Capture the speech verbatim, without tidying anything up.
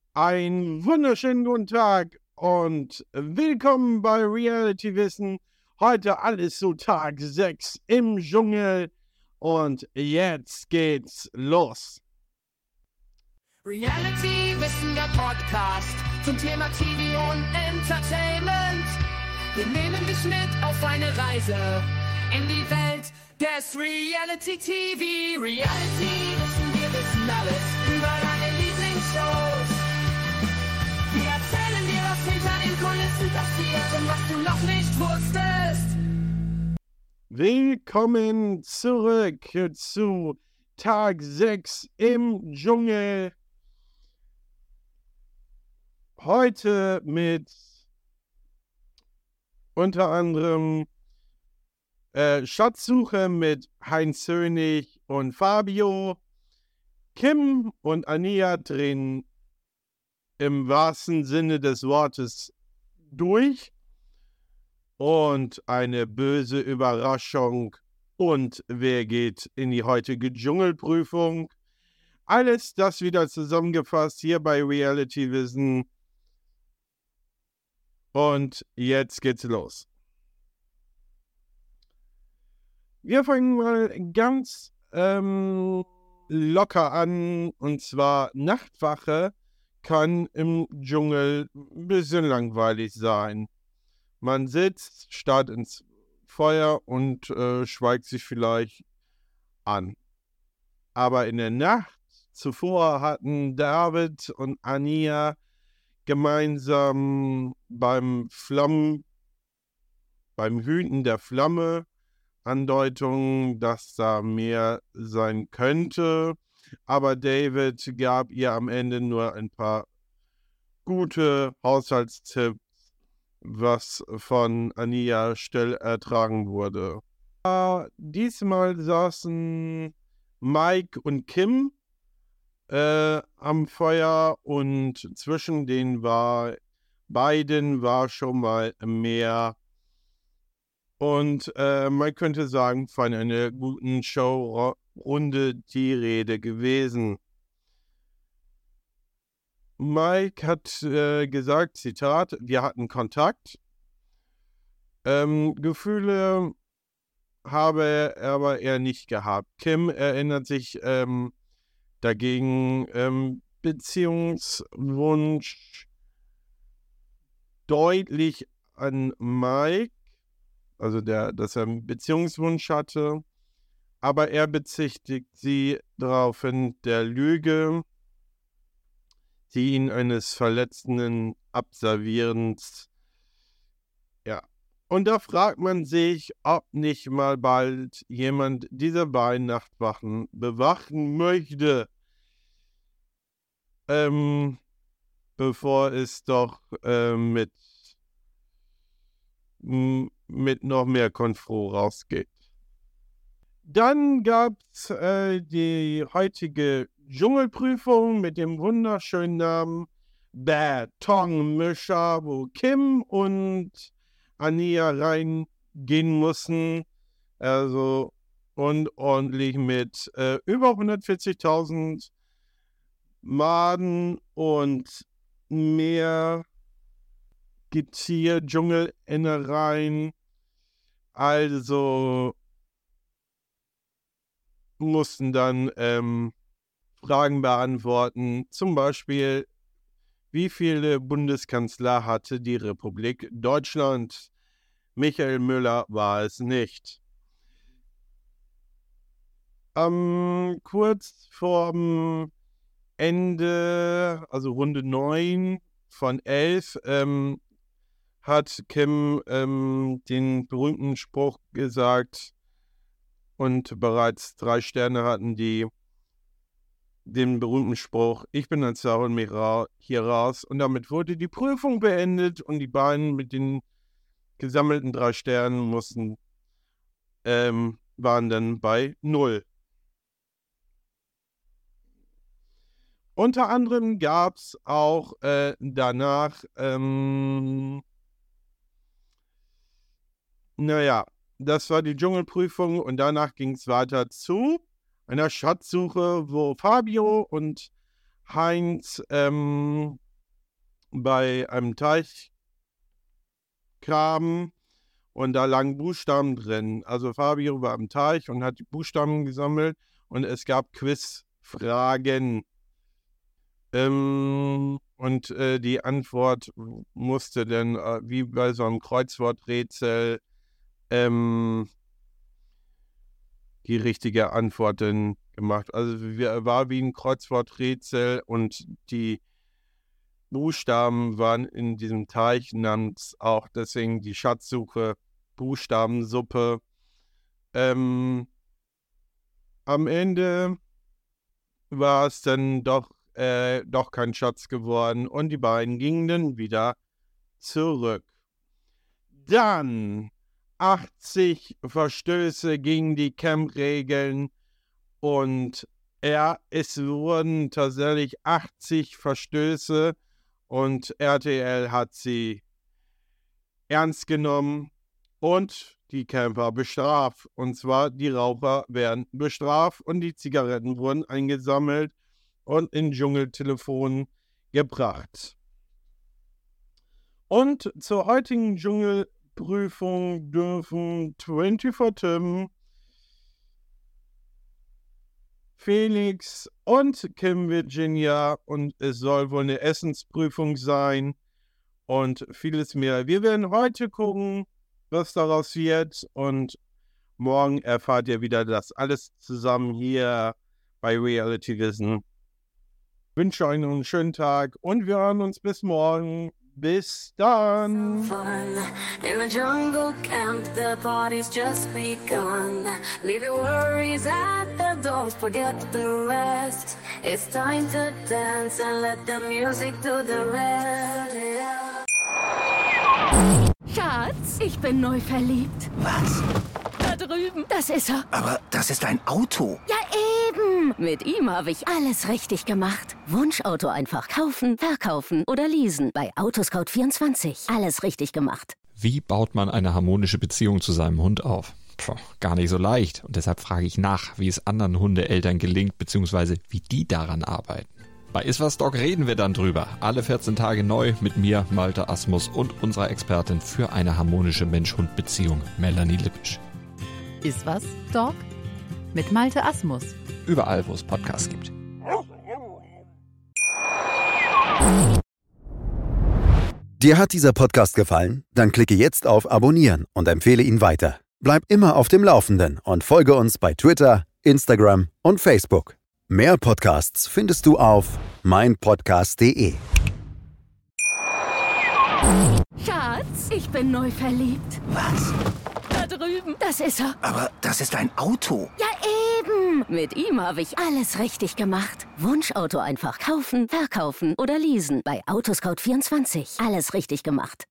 Einen wunderschönen guten Tag und willkommen bei Reality Wissen. Heute alles so Tag sechs im Dschungel und jetzt geht's los. Reality Wissen, der Podcast zum Thema T V und Entertainment. Wir nehmen dich mit auf eine Reise in die Welt des Reality T V. Reality Wissen, wir wissen alles über deine Lieblingsshows. Wir erzählen dir, was hinter den Kulissen passiert und was du noch nicht wusstest. Willkommen zurück zu Tag sechs im Dschungel. Heute mit unter anderem äh, Schatzsuche mit Heinz Hönig und Fabio. Kim und Ania drehen im wahrsten Sinne des Wortes durch. Und eine böse Überraschung. Und wer geht in die heutige Dschungelprüfung? Alles das wieder zusammengefasst hier bei Reality Wissen. Und jetzt geht's los. Wir fangen mal ganz ähm, locker an. Und zwar Nachtwache kann im Dschungel ein bisschen langweilig sein. Man sitzt, starrt ins Feuer und äh, schweigt sich vielleicht an. Aber in der Nacht zuvor hatten David und Ania gemeinsam beim Flammen, beim Hüten der Flamme Andeutungen, dass da mehr sein könnte. Aber David gab ihr am Ende nur ein paar gute Haushaltstipps, was von Ania still ertragen wurde. Äh, diesmal saßen Mike und Kim äh, am Feuer und zwischen den war beiden war schon mal mehr. Und äh, man könnte sagen, von einer guten Showrunde die Rede gewesen. Mike hat äh, gesagt, Zitat, wir hatten Kontakt. Ähm, Gefühle habe aber er nicht gehabt. Kim erinnert sich ähm, dagegen ähm, Beziehungswunsch deutlich an Mike, also der, dass er einen Beziehungswunsch hatte, aber er bezichtigt sie daraufhin der Lüge, die ihn eines verletzenden Abservierens, ja. Und da fragt man sich, ob nicht mal bald jemand diese beiden Nachtwachen bewachen möchte, ähm, bevor es doch äh, mit, m- mit noch mehr Konfro rausgeht. Dann gab es äh, die heutige Dschungelprüfung mit dem wunderschönen Namen Betonmischer, wo Kim und Ania reingehen mussten. Also und ordentlich mit äh, über hundertvierzigtausend Maden und mehr Getier, Dschungelinnereien. Also mussten dann ähm, Fragen beantworten, zum Beispiel, wie viele Bundeskanzler hatte die Republik Deutschland? Michael Müller war es nicht. Ähm, kurz vorm Ende, also Runde neun von elf, ähm, hat Kim ähm, den berühmten Spruch gesagt, und bereits drei Sterne hatten die den berühmten Spruch, ich bin als Sau und mich ra- hier raus. Und damit wurde die Prüfung beendet und die beiden mit den gesammelten drei Sternen mussten, ähm, waren dann bei null. Unter anderem gab es auch äh, danach, ähm, naja, das war die Dschungelprüfung und danach ging es weiter zu einer Schatzsuche, wo Fabio und Heinz ähm, bei einem Teich kam und da lagen Buchstaben drin. Also Fabio war am Teich und hat die Buchstaben gesammelt und es gab Quizfragen. Ähm, und äh, die Antwort musste dann, äh, wie bei so einem Kreuzworträtsel, ähm, die richtige Antwort dann gemacht. Also wir, war wie ein Kreuzworträtsel und die Buchstaben waren in diesem Teich, namens auch deswegen die Schatzsuche Buchstabensuppe. Ähm, am Ende war es dann doch, äh, doch kein Schatz geworden und die beiden gingen dann wieder zurück. Dann achtzig Verstöße gegen die Camp-Regeln und er, es wurden tatsächlich achtzig Verstöße und R T L hat sie ernst genommen und die Camper bestraft. Und zwar die Raucher werden bestraft und die Zigaretten wurden eingesammelt und in Dschungeltelefon gebracht. Und zur heutigen Dschungelprüfung dürfen vierundzwanzig Tim, Felix und Kim Virginia und es soll wohl eine Essensprüfung sein und vieles mehr. Wir werden heute gucken, was daraus wird und morgen erfahrt ihr wieder das alles zusammen hier bei Reality Wissen. Ich wünsche euch noch einen schönen Tag und wir hören uns bis morgen. Bis dann. Fun in the jungle camp, the party's just begun. Leave your worries at the door, forget the rest. It's time to dance and let the music do the rest. Yeah. Schatz, ich bin neu verliebt. Was? Da drüben. Das ist er. Aber das ist ein Auto. Ja, eben. Mit ihm habe ich alles richtig gemacht. Wunschauto einfach kaufen, verkaufen oder leasen. Bei Autoscout vierundzwanzig. Alles richtig gemacht. Wie baut man eine harmonische Beziehung zu seinem Hund auf? Puh, gar nicht so leicht. Und deshalb frage ich nach, wie es anderen Hundeeltern gelingt, beziehungsweise wie die daran arbeiten. Bei Iswas Dog reden wir dann drüber. Alle vierzehn Tage neu mit mir, Malte Asmus und unserer Expertin für eine harmonische Mensch-Hund-Beziehung, Melanie Lippisch. Iswas Dog mit Malte Asmus. Überall, wo es Podcasts gibt. Dir hat dieser Podcast gefallen? Dann klicke jetzt auf Abonnieren und empfehle ihn weiter. Bleib immer auf dem Laufenden und folge uns bei Twitter, Instagram und Facebook. Mehr Podcasts findest du auf meinpodcast punkt de. Schatz, ich bin neu verliebt. Was? Da drüben. Das ist er. Aber das ist ein Auto. Ja, eben. Mit ihm habe ich alles richtig gemacht. Wunschauto einfach kaufen, verkaufen oder leasen. Bei Autoscout vierundzwanzig. Alles richtig gemacht.